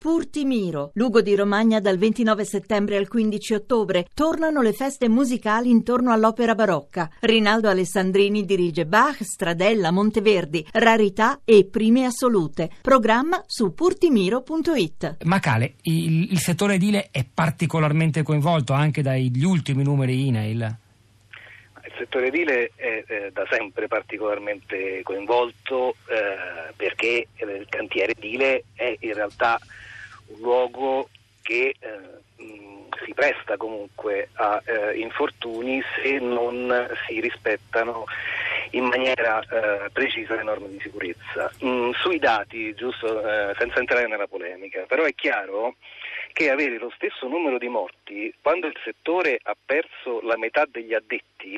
Purtimiro, Lugo di Romagna dal 29 settembre al 15 ottobre. Tornano le feste musicali intorno all'opera barocca. Rinaldo Alessandrini dirige Bach, Stradella, Monteverdi, Rarità e Prime Assolute. Programma su purtimiro.it. Macale, il settore edile è particolarmente coinvolto anche dagli ultimi numeri INAIL. Il settore edile è da sempre particolarmente coinvolto perché il cantiere edile è in realtà un luogo che si presta comunque a infortuni se non si rispettano in maniera precisa le norme di sicurezza. Sui dati, giusto, senza entrare nella polemica, però è chiaro che avere lo stesso numero di morti quando il settore ha perso la metà degli addetti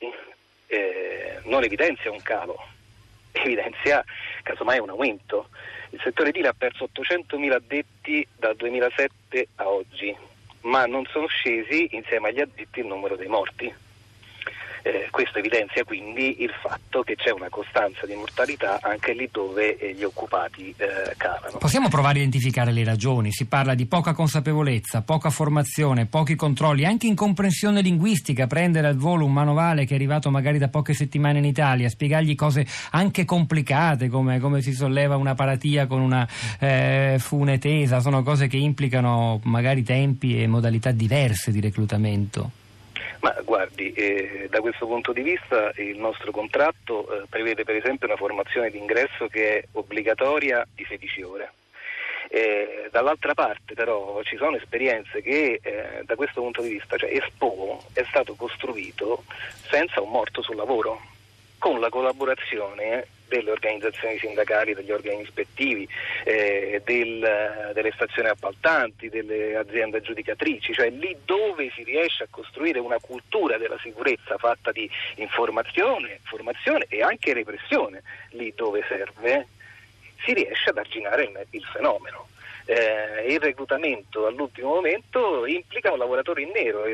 non evidenzia un calo, evidenzia casomai un aumento. Il settore edile ha perso 800.000 addetti dal 2007 a oggi, ma non sono scesi insieme agli addetti il numero dei morti. Questo evidenzia quindi il fatto che c'è una costanza di mortalità anche lì dove gli occupati calano. Possiamo provare a identificare le ragioni? Si parla di poca consapevolezza, poca formazione, pochi controlli, anche incomprensione linguistica. Prendere al volo un manovale che è arrivato magari da poche settimane in Italia, spiegargli cose anche complicate come si solleva una paratia con una fune tesa, sono cose che implicano magari tempi e modalità diverse di reclutamento. Ma guardi, da questo punto di vista il nostro contratto prevede per esempio una formazione d'ingresso che è obbligatoria di 16 ore. Dall'altra parte però ci sono esperienze che da questo punto di vista, cioè Expo è stato costruito senza un morto sul lavoro, con la collaborazione delle organizzazioni sindacali, degli organi ispettivi, delle stazioni appaltanti, delle aziende aggiudicatrici, cioè lì dove si riesce a costruire una cultura della sicurezza fatta di informazione, formazione e anche repressione, lì dove serve, si riesce ad arginare il fenomeno. Il reclutamento all'ultimo momento implica un lavoratore in nero.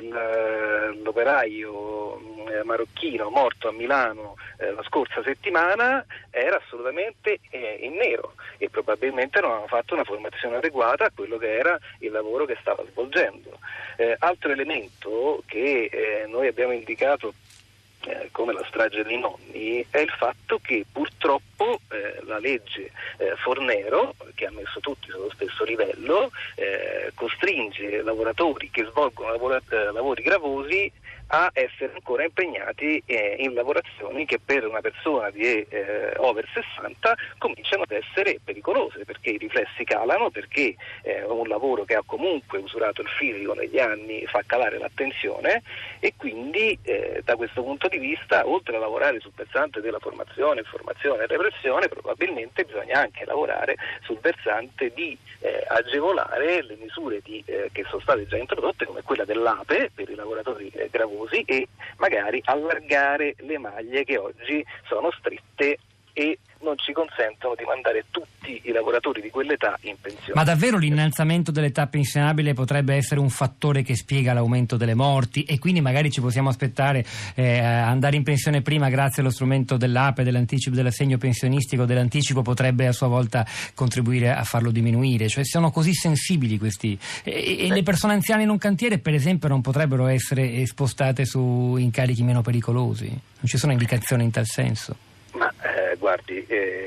L'operaio marocchino morto a Milano la scorsa settimana era assolutamente in nero e probabilmente non aveva fatto una formazione adeguata a quello che era il lavoro che stava svolgendo. Altro elemento che noi abbiamo indicato come la strage dei nonni è il fatto che purtroppo la legge Fornero, che ha messo tutti sullo stesso livello, costringe lavoratori che svolgono lavori gravosi a essere ancora impegnati in lavorazioni che per una persona di over 60 cominciano ad essere pericolose, perché i riflessi calano, perché un lavoro che ha comunque usurato il fisico negli anni fa calare l'attenzione e quindi da questo punto di vista, oltre a lavorare sul versante della formazione, informazione e repressione, probabilmente bisogna anche lavorare sul versante di agevolare le misure che sono state già introdotte, come quella dell'APE per i lavoratori gravosi, e magari allargare le maglie che oggi sono strette e non ci consentono di mandare tutti i lavoratori di quell'età in pensione. Ma davvero l'innalzamento dell'età pensionabile potrebbe essere un fattore che spiega l'aumento delle morti e quindi magari ci possiamo aspettare andare in pensione prima grazie allo strumento dell'APE, dell'anticipo, dell'assegno pensionistico, dell'anticipo potrebbe a sua volta contribuire a farlo diminuire? Cioè sono così sensibili questi e le persone anziane in un cantiere per esempio non potrebbero essere spostate su incarichi meno pericolosi? Non ci sono indicazioni in tal senso? Ma guardi,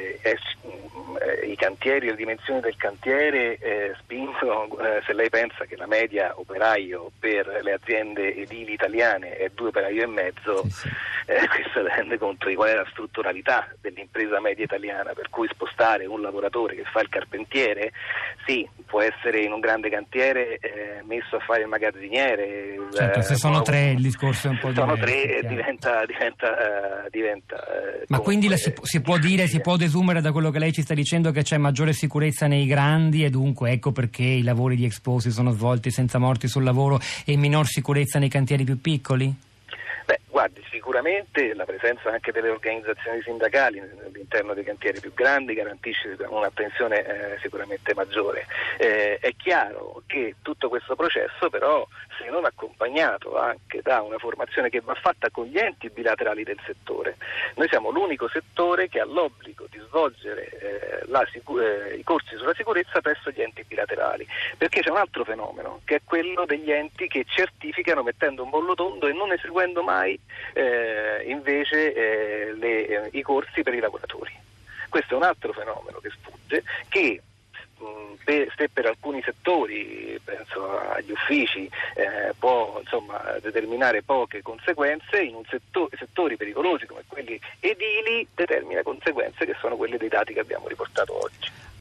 i cantieri, le dimensioni del cantiere spingono, se lei pensa che la media operaio per le aziende edili italiane è 2 operaio e mezzo, sì. Questo rende conto di qual è la strutturalità dell'impresa media italiana, per cui spostare un lavoratore che fa il carpentiere, sì, può essere in un grande cantiere messo a fare il magazziniere. Certo, se sono 3 il discorso è un po' diverso. Sono 3 diventa ma quindi si può dire, si può desumere da quello che lei ci sta dicendo che c'è maggiore sicurezza nei grandi e dunque ecco perché i lavori di Expo si sono svolti senza morti sul lavoro e minor sicurezza nei cantieri più piccoli? Beh, guarda, Guardi, sicuramente la presenza anche delle organizzazioni sindacali all'interno dei cantieri più grandi garantisce un'attenzione sicuramente maggiore. È chiaro che tutto questo processo però, se non accompagnato anche da una formazione che va fatta con gli enti bilaterali del settore, noi siamo l'unico settore che ha l'obbligo di svolgere i corsi sulla sicurezza presso gli enti bilaterali, perché c'è un altro fenomeno che è quello degli enti che certificano mettendo un bollo tondo e non eseguendo mai invece i corsi per i lavoratori. Questo è un altro fenomeno che sfugge, che se per alcuni settori, penso agli uffici, può determinare poche conseguenze, in settori pericolosi come quelli edili determina conseguenze che sono quelle dei dati che abbiamo riportato oggi.